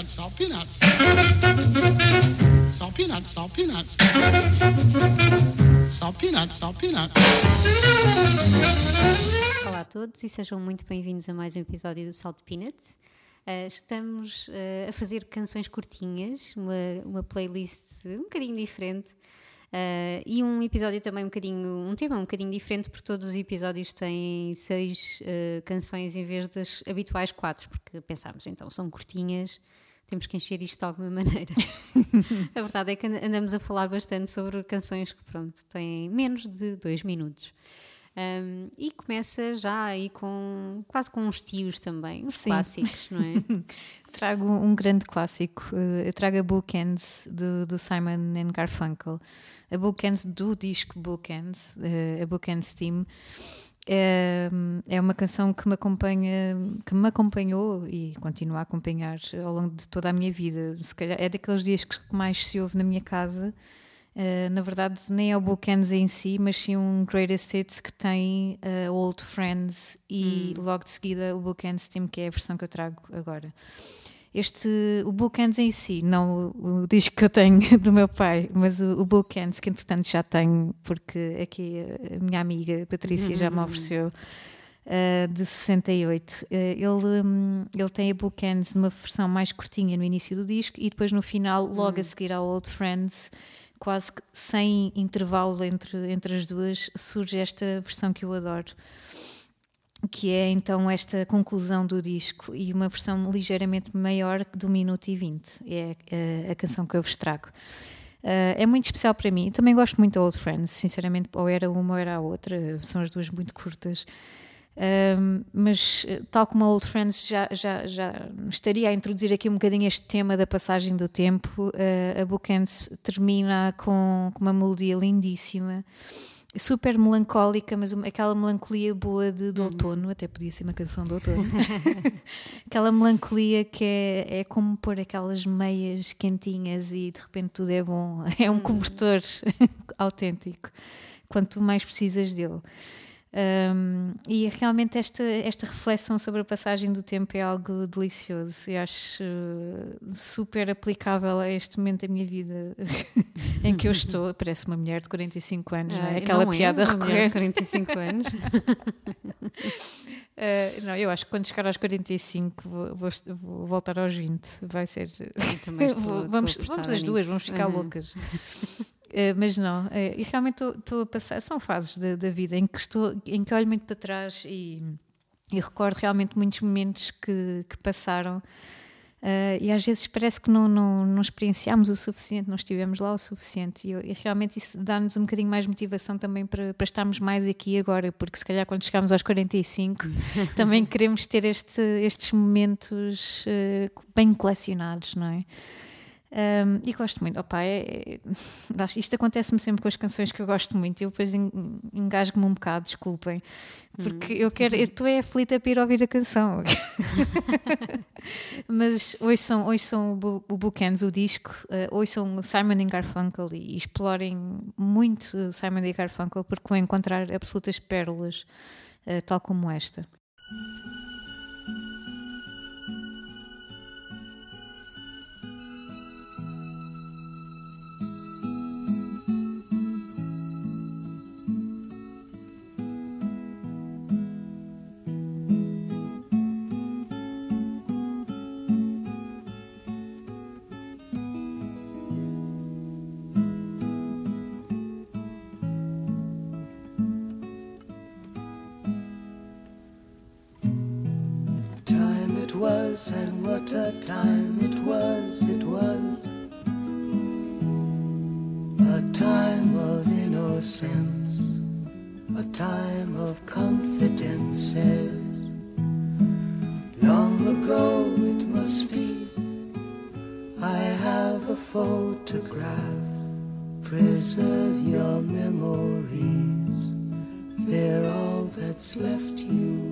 peanuts, salt peanuts. Salt peanuts, salt peanuts. Salt peanuts, salt peanuts. Olá a todos e sejam muito bem-vindos a mais um episódio do Salt Peanuts. Estamos a fazer canções curtinhas, uma playlist um bocadinho diferente e um episódio também um tema um bocadinho diferente, porque todos os episódios têm 6 canções em vez das habituais 4, porque pensámos, então são curtinhas, temos que encher isto de alguma maneira. A verdade é que andamos a falar bastante sobre canções que, pronto, têm menos de 2 minutos. E começa já aí quase com uns tios também, uns clássicos, não é? Trago um grande clássico, eu trago a Bookends do Simon & Garfunkel, a Bookends do disco Bookends, a Bookends Theme. É uma canção que me acompanhou e continua a acompanhar ao longo de toda a minha vida. Se calhar é daqueles dias que mais se ouve na minha casa. Na verdade nem é o Bookends em si, mas sim um Greatest Hits que tem Old Friends e logo de seguida o Bookends Theme, que é a versão que eu trago agora. O Bookends em si, não o disco que eu tenho do meu pai, mas o Bookends, que entretanto já tenho, porque aqui a minha amiga Patrícia já me ofereceu, de 68. Ele tem a Bookends numa versão mais curtinha no início do disco e depois no final, logo a seguir ao Old Friends, quase que sem intervalo entre as duas, surge esta versão que eu adoro, que é então esta conclusão do disco e uma versão ligeiramente maior do 1 minuto e 20. É a canção que eu vos trago. É muito especial para mim. Também gosto muito da Old Friends, sinceramente, ou era uma ou era a outra, são as duas muito curtas. Mas tal como a Old Friends já estaria a introduzir aqui um bocadinho este tema da passagem do tempo, a Bookends termina com uma melodia lindíssima, super melancólica, mas aquela melancolia boa de outono, até podia ser uma canção de outono. Aquela melancolia que é como pôr aquelas meias quentinhas e de repente tudo é bom, é um cobertor autêntico quando tu mais precisas dele. E realmente esta reflexão sobre a passagem do tempo é algo delicioso e acho super aplicável a este momento da minha vida em que eu estou. Parece uma mulher de 45 anos, não é? Aquela não piada uma mulher de recorrente. 45 anos. Não, eu acho que quando chegar aos 45 vou voltar aos 20. Vai ser. Vamos as duas, vamos ficar loucas. Mas não, e realmente estou a passar, são fases da vida em que olho muito para trás e recordo realmente muitos momentos que passaram, e às vezes parece que não experienciámos o suficiente, não estivemos lá o suficiente, e realmente isso dá-nos um bocadinho mais motivação também para estarmos mais aqui agora, porque se calhar quando chegamos aos 45 também queremos ter estes momentos bem colecionados, não é? E gosto muito. Isto acontece-me sempre com as canções que eu gosto muito. Eu depois engasgo-me um bocado, desculpem, porque eu estou aflita para ir ouvir a canção. Mas ouçam o Bookends, o disco, ouçam o Simon & Garfunkel e explorem muito o Simon & Garfunkel, porque vão encontrar absolutas pérolas, tal como esta. And what a time it was a time of innocence, a time of confidences. Long ago it must be, I have a photograph, preserve your memories, they're all that's left you.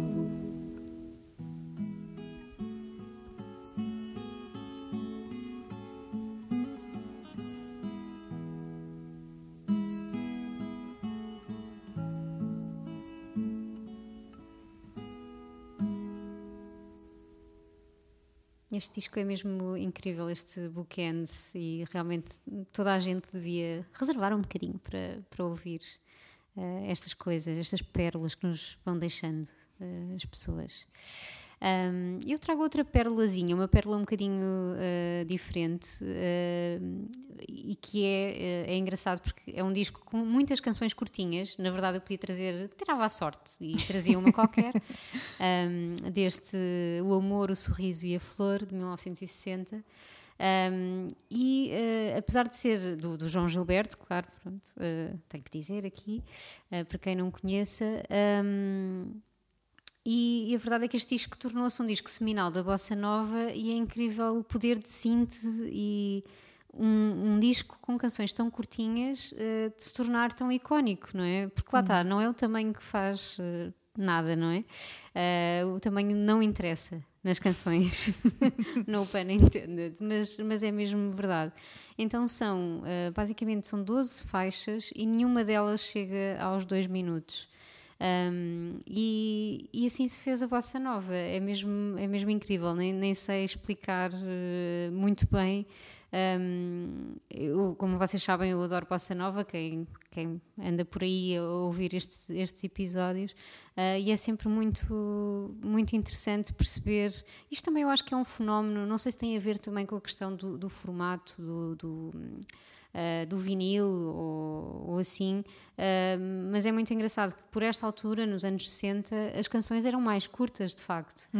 Este disco é mesmo incrível, este bookend, e realmente toda a gente devia reservar um bocadinho para ouvir estas coisas, estas pérolas que nos vão deixando as pessoas. Eu trago outra pérolazinha, uma pérola um bocadinho diferente, e que é engraçado porque é um disco com muitas canções curtinhas. Na verdade eu podia tirava a sorte e trazia uma qualquer, deste O Amor, o Sorriso e a Flor, de 1960. Apesar de ser do João Gilberto, claro, pronto, tenho que dizer aqui, para quem não conheça, e a verdade é que este disco tornou-se um disco seminal da Bossa Nova, e é incrível o poder de síntese e um disco com canções tão curtinhas de se tornar tão icónico, não é? Porque lá está, não é o tamanho que faz nada, não é? O tamanho não interessa nas canções, no pun intended, mas é mesmo verdade. Então basicamente são 12 faixas e nenhuma delas chega aos 2 minutos. E assim se fez a Bossa Nova. É mesmo incrível, nem sei explicar muito bem. Como vocês sabem, eu adoro Bossa Nova, quem anda por aí a ouvir estes episódios, e é sempre muito, muito interessante perceber. Isto também eu acho que é um fenómeno, não sei se tem a ver também com a questão do formato do vinil ou assim, mas é muito engraçado que por esta altura, nos anos 60, as canções eram mais curtas, de facto.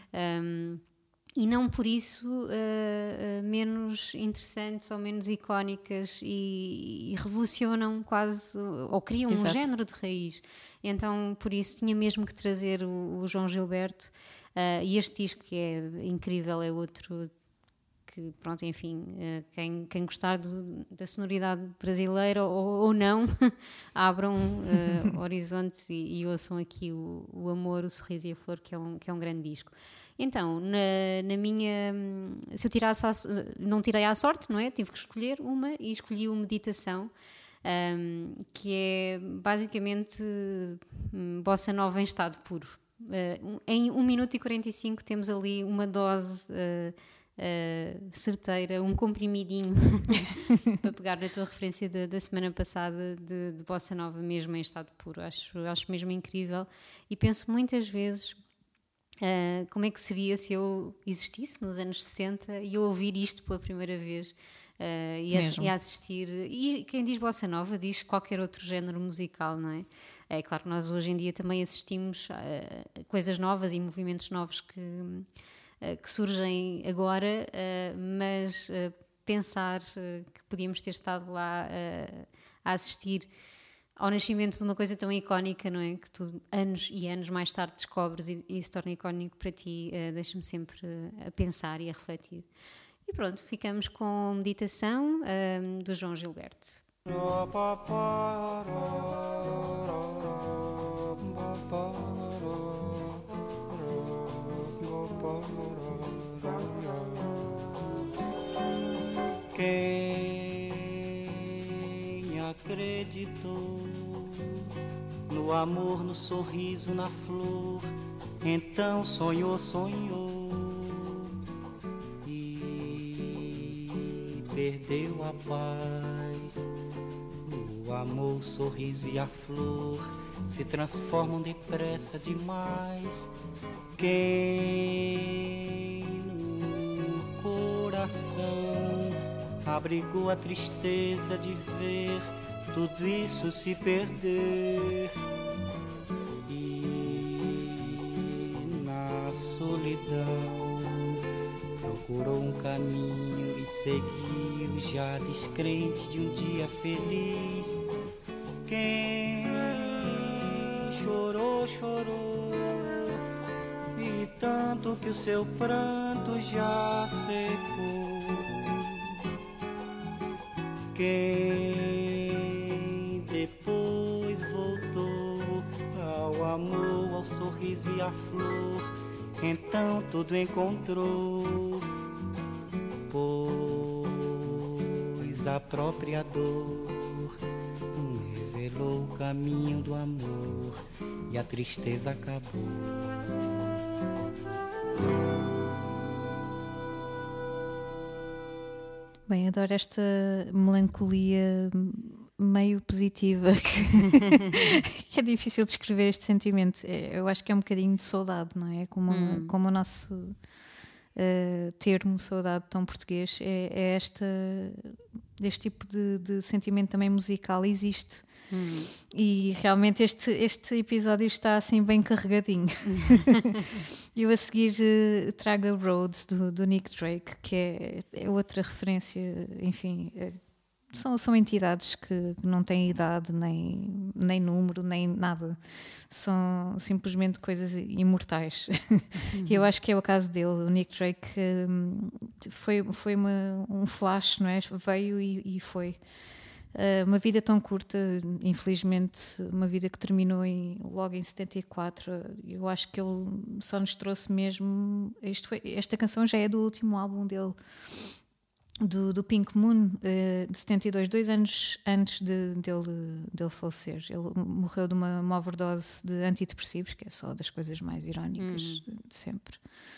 E não por isso menos interessantes ou menos icónicas, e revolucionam quase, ou criam um género de raiz. Então por isso tinha mesmo que trazer o João Gilberto, e este disco, que é incrível, é outro que, pronto, enfim, quem gostar da sonoridade brasileira ou não, abram horizontes e ouçam aqui o Amor, o Sorriso e a Flor, que é um grande disco. Então, na minha... Se eu não tirei à sorte, não é? Tive que escolher uma e escolhi o Meditação, que é basicamente Bossa Nova em estado puro. Em 1 minuto e 45 temos ali uma dose... certeira, um comprimidinho para pegar na tua referência da semana passada de Bossa Nova mesmo em estado puro. Acho mesmo incrível, e penso muitas vezes como é que seria se eu existisse nos anos 60 e eu ouvir isto pela primeira vez, e assistir. E quem diz Bossa Nova diz qualquer outro género musical, não é? É claro que nós hoje em dia também assistimos a coisas novas e movimentos novos que surgem agora, mas pensar que podíamos ter estado lá a assistir ao nascimento de uma coisa tão icónica, não é? Que tu anos e anos mais tarde descobres e se torna icónico para ti, deixa-me sempre a pensar e a refletir. E pronto, ficamos com Meditação, do João Gilberto. Quem acreditou no amor, no sorriso, na flor, então sonhou e perdeu a paz. O amor, o sorriso e a flor se transformam depressa demais. Quem no coração abrigou a tristeza de ver tudo isso se perder, e na solidão procurou um caminho e seguiu, já descrente de um dia feliz. Quem chorou e tanto que o seu pranto já secou. Quem depois voltou ao amor, ao sorriso e à flor, então tudo encontrou, pois a própria dor revelou o caminho do amor e a tristeza acabou. bem, adoro esta melancolia meio positiva que é difícil descrever este sentimento. Eu acho que é um bocadinho de saudade, não é? Como o nosso termo saudade tão português é este tipo de sentimento também musical existe. E realmente este episódio está assim bem carregadinho. Eu a seguir trago a Roads do Nick Drake, que é outra referência, enfim, são entidades que não têm idade, nem número, nem nada. São simplesmente coisas imortais. E eu acho que é o caso dele. O Nick Drake foi um flash, não é? Veio e foi. Uma vida tão curta, infelizmente, uma vida que terminou logo em 74. Eu acho que ele só nos trouxe mesmo. Esta canção já é do último álbum dele, do Pink Moon, de 72, 2 anos antes dele falecer. Ele morreu de uma overdose de antidepressivos, que é só das coisas mais irónicas de sempre.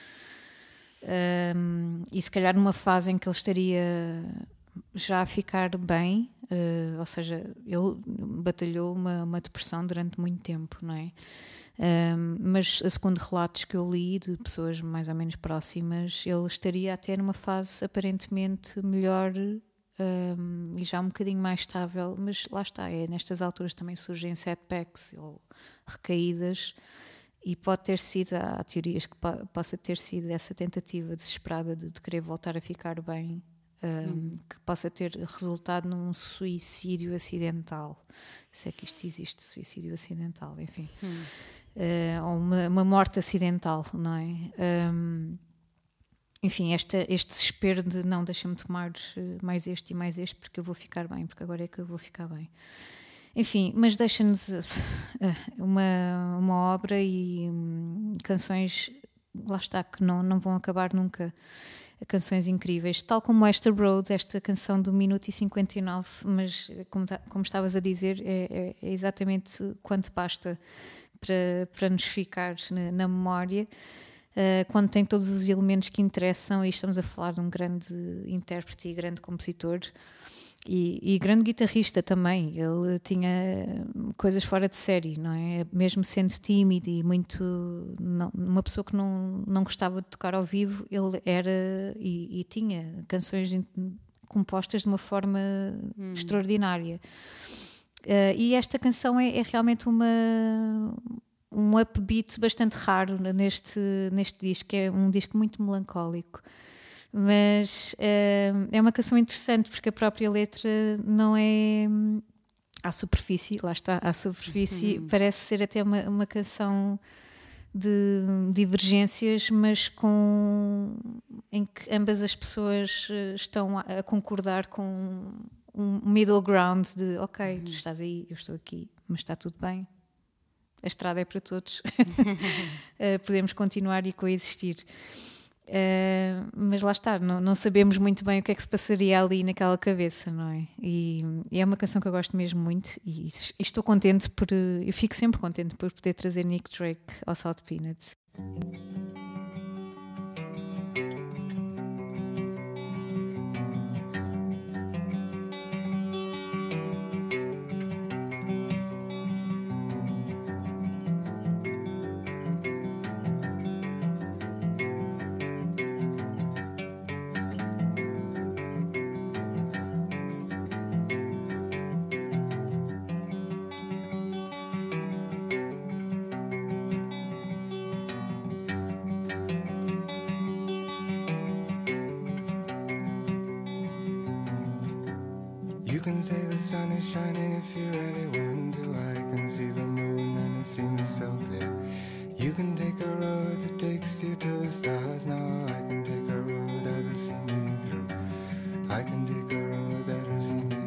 E se calhar numa fase em que ele estaria já a ficar bem, ou seja, ele batalhou uma depressão durante muito tempo, não é? Mas segundo relatos que eu li de pessoas mais ou menos próximas, ele estaria até numa fase aparentemente melhor e já um bocadinho mais estável, mas lá está, nestas alturas também surgem setbacks ou recaídas, e pode ter sido, há teorias que possa ter sido essa tentativa desesperada de querer voltar a ficar bem, que possa ter resultado num suicídio acidental, se é que isto existe, suicídio acidental, enfim, ou uma morte acidental, não é? Enfim, este desespero de não, deixa-me tomar mais este e mais este porque eu vou ficar bem, porque agora é que eu vou ficar bem. Enfim, mas deixa-nos uma obra e canções, lá está, que não vão acabar nunca. Canções incríveis, tal como esta Roads, esta canção do minuto e 59, mas como estavas a dizer, é exatamente quanto basta para nos ficar na memória, quando tem todos os elementos que interessam, e estamos a falar de um grande intérprete e grande compositor e grande guitarrista também. Ele tinha coisas fora de série, não é? Mesmo sendo tímido e uma pessoa que não gostava de tocar ao vivo, ele era e tinha canções compostas de uma forma extraordinária. E esta canção é realmente um upbeat bastante raro neste disco, que é um disco muito melancólico. Mas é uma canção interessante porque a própria letra não é à superfície, lá está, à superfície, parece ser até uma canção de divergências, mas em que ambas as pessoas estão a concordar com um middle ground de ok, tu estás aí, eu estou aqui, mas está tudo bem, a estrada é para todos, podemos continuar e coexistir. Mas lá está, não sabemos muito bem o que é que se passaria ali naquela cabeça, não é? E é uma canção que eu gosto mesmo muito e estou contente eu fico sempre contente por poder trazer Nick Drake ao Salt Peanuts. You can say the sun is shining if you really want to. I can see the moon and it seems so clear. You can take a road that takes you to the stars. Now I can take a road that'll see me through. I can take a road that'll see me through.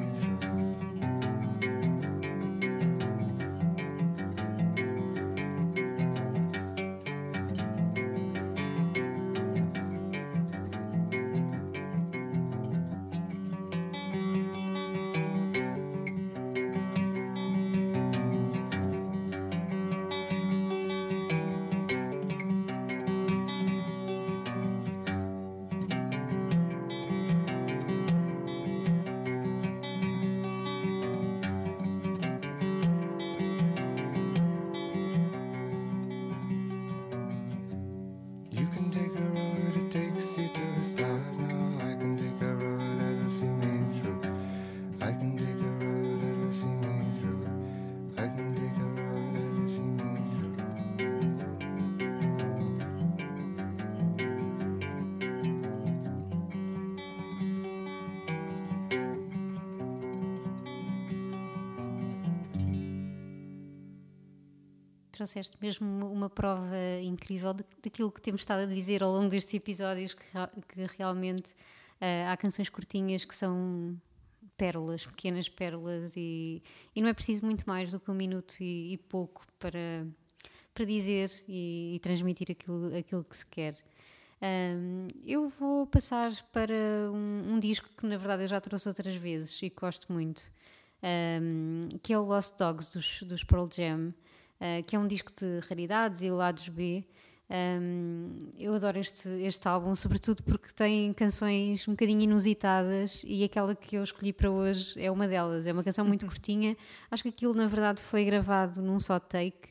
trouxeste mesmo uma prova incrível daquilo que temos estado a dizer ao longo destes episódios, que realmente há canções curtinhas que são pérolas, pequenas pérolas, e não é preciso muito mais do que 1 minuto e pouco para dizer e transmitir aquilo que se quer. Eu vou passar para um disco que na verdade eu já trouxe outras vezes e que gosto muito, que é o Lost Dogs dos Pearl Jam, que é um disco de raridades e lados B. Eu adoro este álbum, sobretudo porque tem canções um bocadinho inusitadas, e aquela que eu escolhi para hoje é uma delas. É uma canção muito curtinha, acho que aquilo na verdade foi gravado num só take.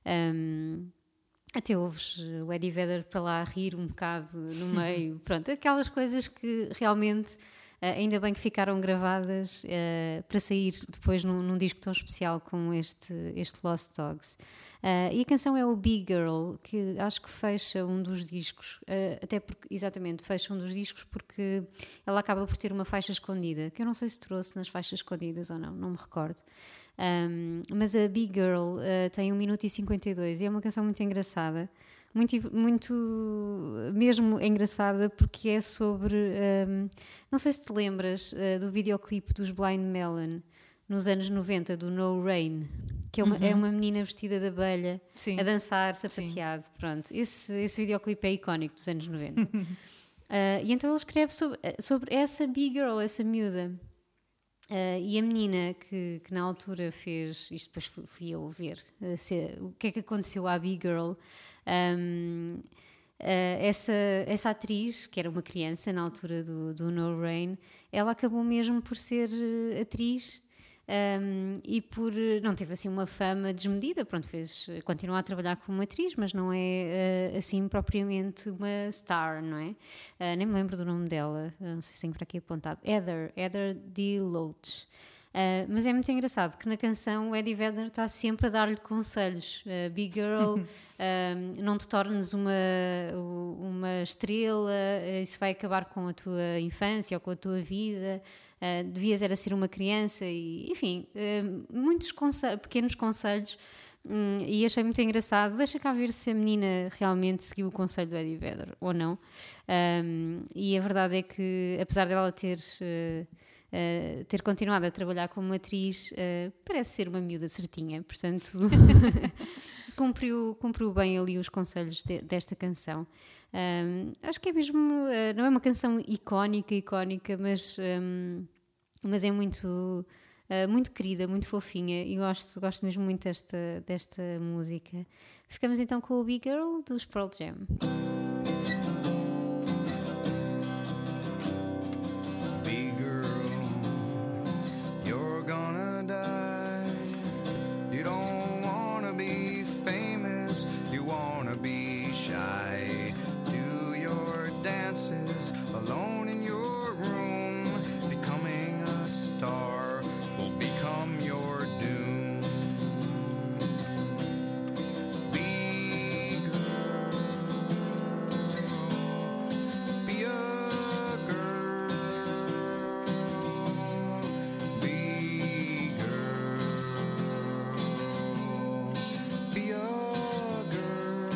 Até ouves o Eddie Vedder para lá a rir um bocado no meio, pronto, aquelas coisas que realmente ainda bem que ficaram gravadas para sair depois num disco tão especial como este Lost Dogs. E a canção é o Big Girl, que acho que fecha um dos discos, até porque, exatamente, fecha um dos discos porque ela acaba por ter uma faixa escondida, que eu não sei se trouxe nas faixas escondidas ou não me recordo. Mas a Big Girl tem 1 minuto e 52 e é uma canção muito engraçada, muito mesmo engraçada, porque é sobre, não sei se te lembras do videoclipe dos Blind Melon nos anos 90, do No Rain, que é uma menina vestida de abelha, sim, a dançar sapateado. Sim. Pronto, esse videoclipe é icónico dos anos 90. E então ele escreve sobre essa Big Girl, essa miúda. E a menina que na altura fez, isto depois fui eu ver, o que é que aconteceu à Big Girl. Essa atriz, que era uma criança na altura do No Rain, ela acabou mesmo por ser atriz. E não teve assim uma fama desmedida, pronto, continua a trabalhar como atriz, mas não é assim propriamente uma star, não é? Nem me lembro do nome dela, não sei se tenho por aqui apontado, Heather D. Loach. Mas é muito engraçado que na canção o Eddie Vedder está sempre a dar-lhe conselhos. Big Girl, não te tornes uma estrela, isso vai acabar com a tua infância ou com a tua vida. Devias era ser uma criança, e enfim, muitos pequenos conselhos, e achei muito engraçado. Deixa cá ver se a menina realmente seguiu o conselho do Eddie Vedder ou não. E a verdade é que, apesar dela ter continuado a trabalhar como atriz, parece ser uma miúda certinha, portanto cumpriu bem ali os conselhos desta canção. Acho que é mesmo, não é uma canção icónica, mas é muito querida, muito fofinha, e gosto mesmo muito desta música. Ficamos então com o Big Girl dos Pearl Jam. Big girl, you're gonna die. You don't wanna be famous, you wanna be shy. Do your dances alone in your room. Becoming a star will become your doom. Big girl, be a girl. Big girl, be a girl.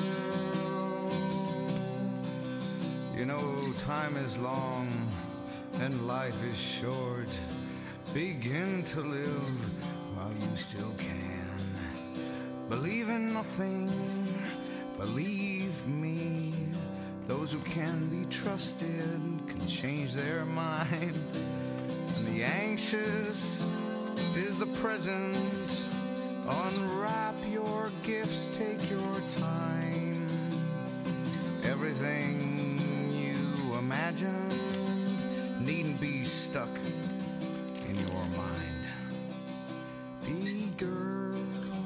You know, time is long and life is short. Begin to live while you still can. Believe in nothing, believe me. Those who can be trusted can change their mind. And the anxious is the present. Unwrap your gifts, take your time. Everything you imagined needn't be stuck in your mind. Be girl,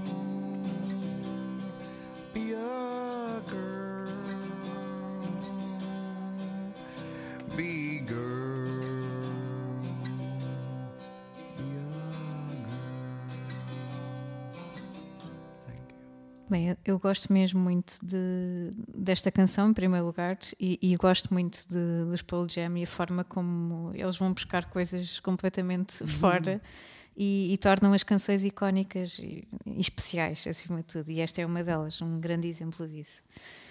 be a girl, be girl, be a girl. Thank you. Bem, eu gosto mesmo muito desta canção, em primeiro lugar, e gosto muito dos Pearl Jam e a forma como eles vão buscar coisas completamente fora e tornam as canções icónicas e especiais, acima de tudo. E esta é uma delas, um grande exemplo disso.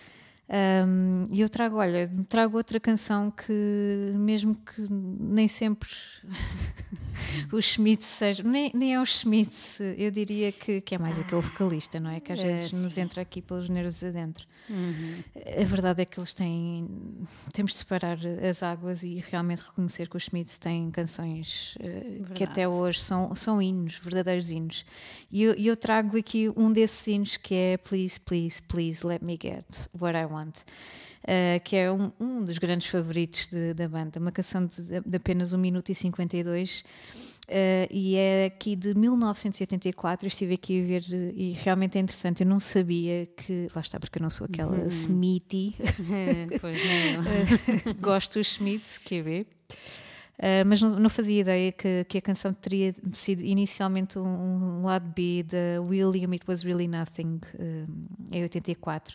E eu trago outra canção que, mesmo que nem sempre os Smiths sejam, nem é os Smiths, eu diria que é mais aquele vocalista, não é? Que às vezes nos entra aqui pelos nervos adentro. A verdade é que temos de separar as águas e realmente reconhecer que os Smiths têm canções que até hoje são hinos, verdadeiros hinos. E eu trago aqui um desses hinos que é Please, Please, Please Let Me Get What I Want. Que é um dos grandes favoritos da banda, uma canção de apenas 1 minuto e 52 e é aqui de 1984. Eu estive aqui a ver e realmente é interessante, eu não sabia que, lá está, porque eu não sou aquela Smithy. Pois não. Gosto dos Smiths, que é mas não fazia ideia que a canção teria sido inicialmente um lado B da William It Was Really Nothing, em 84.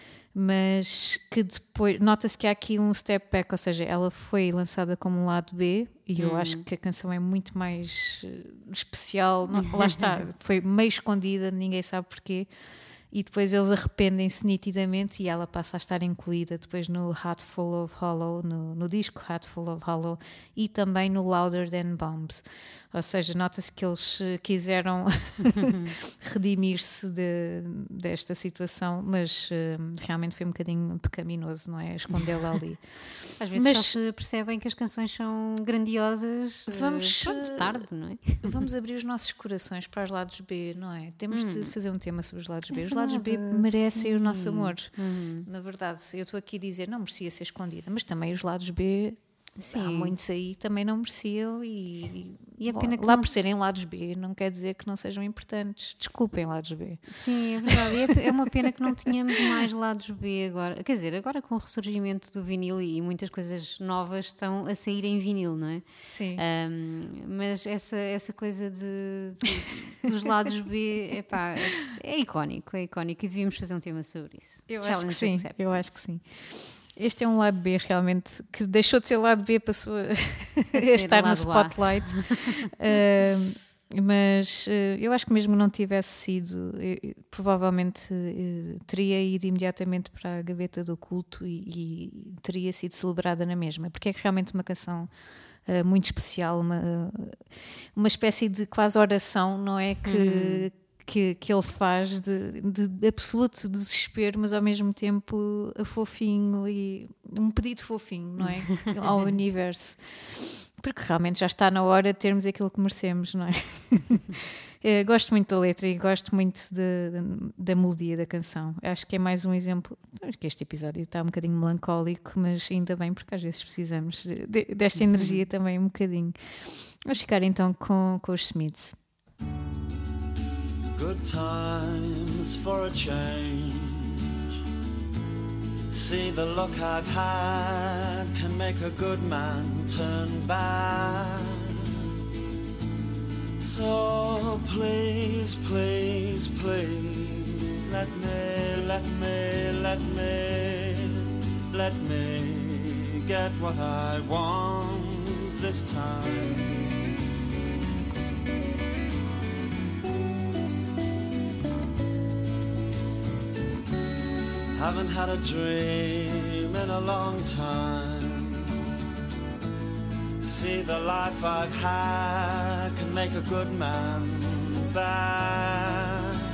Mas que depois nota-se que há aqui um step back, ou seja, ela foi lançada como um lado B e eu acho que a canção é muito mais especial. Lá está, foi meio escondida, ninguém sabe porquê, e depois eles arrependem-se nitidamente e ela passa a estar incluída depois no Hatful of Hollow, no disco Hatful of Hollow, e também no Louder Than Bombs. Ou seja, nota-se que eles quiseram redimir-se desta situação, mas realmente foi um bocadinho pecaminoso, não é? Escondê-la ali. Às vezes só se percebem que as canções são grandiosas tarde, não é? Vamos abrir os nossos corações para os lados B, não é? Temos de fazer um tema sobre os lados B. Os lados B merecem o nosso amor. Na verdade, eu estou aqui a dizer não merecia ser escondida, mas também os lados B, há muitos aí também não mereciam e a pena que lá por serem lados B não quer dizer que não sejam importantes. Desculpem, lados B. Sim, é verdade. É uma pena que não tenhamos mais lados B agora. Quer dizer, agora com o ressurgimento do vinil e muitas coisas novas estão a sair em vinil, não é? Sim. Mas essa coisa dos lados B, epá, é icónico e devíamos fazer um tema sobre isso. Eu acho que sim. Este é um lado B realmente que deixou de ser lado B, passou a estar no spotlight. Mas eu acho que mesmo não tivesse sido, provavelmente teria ido imediatamente para a gaveta do culto e teria sido celebrada na mesma, porque é realmente uma canção muito especial, uma espécie de quase oração, não é? Que ele faz de absoluto desespero, mas ao mesmo tempo fofinho e um pedido fofinho, não é? Ao universo, porque realmente já está na hora de termos aquilo que merecemos, não é? Gosto muito da letra e gosto muito da melodia da canção. Acho que é mais um exemplo. Acho que este episódio está um bocadinho melancólico, mas ainda bem, porque às vezes precisamos desta energia também um bocadinho. Vamos ficar então com os Smiths. Good times for a change. See, the luck I've had can make a good man turn bad. So please, please, please, let me get what I want this time. Haven't had a dream in a long time. See, the life I've had can make a good man bad.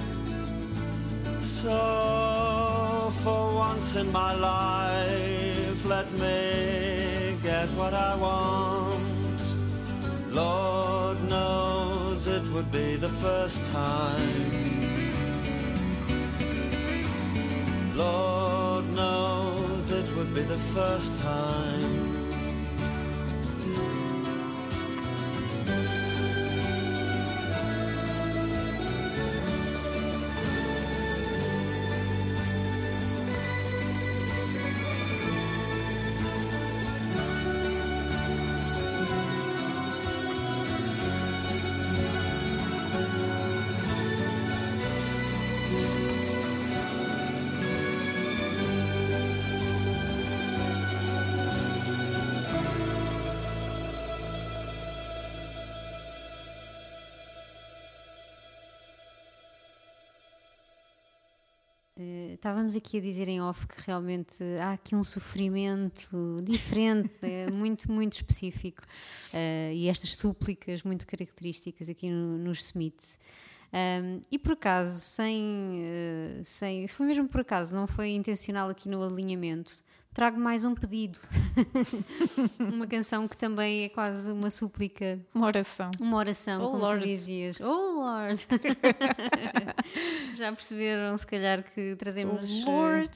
So for once in my life, let me get what I want. Lord knows it would be the first time. Lord knows it would be the first time. estávamos aqui a dizer em off que realmente há aqui um sofrimento diferente, muito, muito específico, e estas súplicas muito características aqui nos Smiths. E por acaso, foi mesmo por acaso, não foi intencional aqui no alinhamento, trago mais um pedido. Uma canção que também é quase uma súplica. Uma oração. Uma oração, como Lord. tu dizias. Oh Lord! Já perceberam, se calhar, que trazemos... Oh Lord!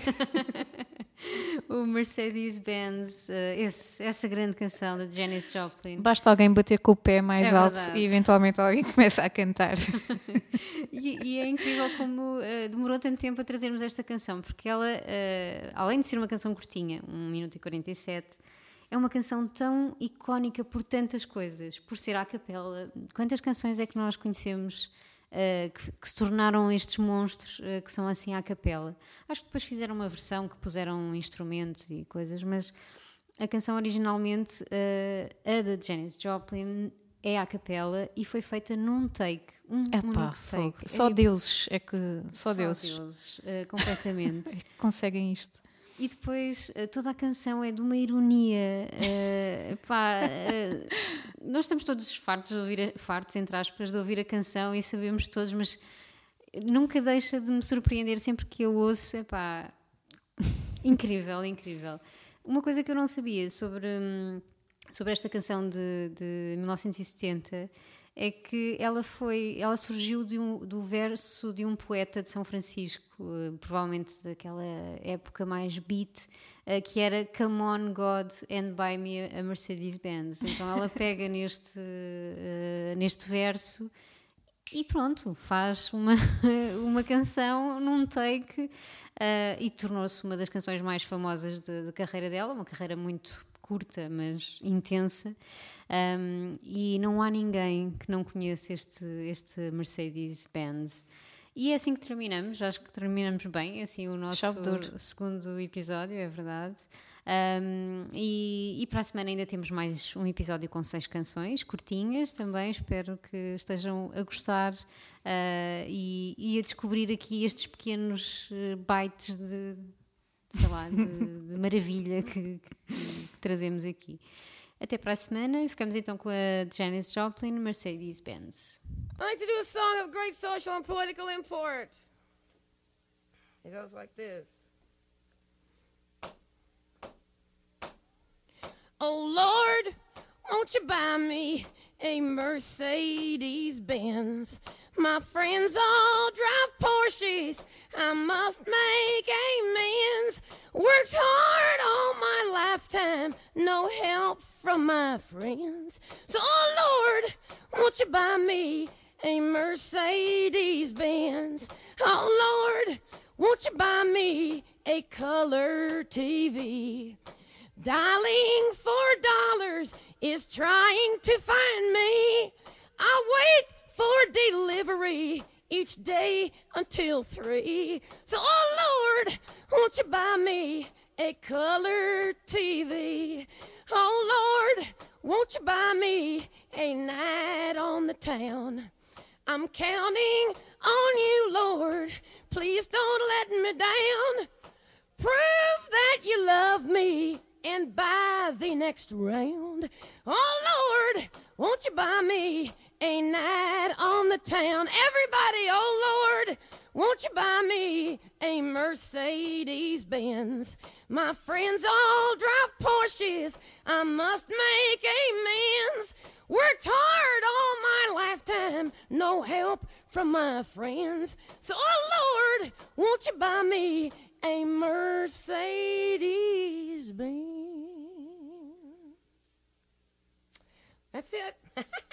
O Mercedes-Benz, essa grande canção da Janis Joplin. Basta alguém bater com o pé mais alto verdade. e eventualmente alguém começa a cantar. E é incrível como demorou tanto tempo a trazermos esta canção, porque ela, além de ser uma canção curtinha, 1 minuto e 47, é uma canção tão icónica por tantas coisas, por ser à capela. Quantas canções é que nós conhecemos que se tornaram estes monstros que são assim à capela? Acho que depois fizeram uma versão que puseram instrumentos e coisas, mas a canção originalmente, a da Janis Joplin, é à capela e foi feita num take, único take. Só deuses é que... Só deuses. Deuses, completamente. Conseguem isto. E depois toda a canção é de uma ironia. Nós estamos todos fartos de ouvir, fartos entre aspas, de ouvir a canção e sabemos todos, mas nunca deixa de me surpreender sempre que eu ouço. Incrível, incrível. Uma coisa que eu não sabia sobre esta canção de 1970 é que ela surgiu do verso de um poeta de São Francisco, provavelmente daquela época mais beat, que era Come on God and buy me a Mercedes-Benz. Então ela pega neste verso e pronto, faz uma canção num take, e tornou-se uma das canções mais famosas da carreira dela, uma carreira muito curta, mas intensa, e não há ninguém que não conheça este Mercedes-Benz. E é assim que terminamos, acho que terminamos bem, assim o nosso segundo episódio, é verdade. E para a semana ainda temos mais um episódio com 6 canções, curtinhas também, espero que estejam a gostar e a descobrir aqui estes pequenos bytes de maravilha que trazemos aqui. Até para a semana, ficamos então com a Janis Joplin, Mercedes-Benz. I'd like to do a song of great social and political import. It goes like this. Oh Lord, won't you buy me a Mercedes-Benz? My friends all drive Porsches, I must make amends. Worked hard all my lifetime, no help from my friends. So, oh Lord, won't you buy me a Mercedes-Benz? Oh Lord, won't you buy me a color TV? Dialing $4 is trying to find me. I wait for delivery each day until 3. So, oh Lord, won't you buy me a color TV? Oh Lord, won't you buy me a night on the town? I'm counting on you, Lord. Please don't let me down. Prove that you love me and buy the next round. Oh Lord, won't you buy me a night on the town? Everybody, oh Lord, won't you buy me a Mercedes-Benz? My friends all drive Porsches, I must make amends. Worked hard all my lifetime, no help from my friends. So, oh Lord, won't you buy me a Mercedes-Benz? That's it.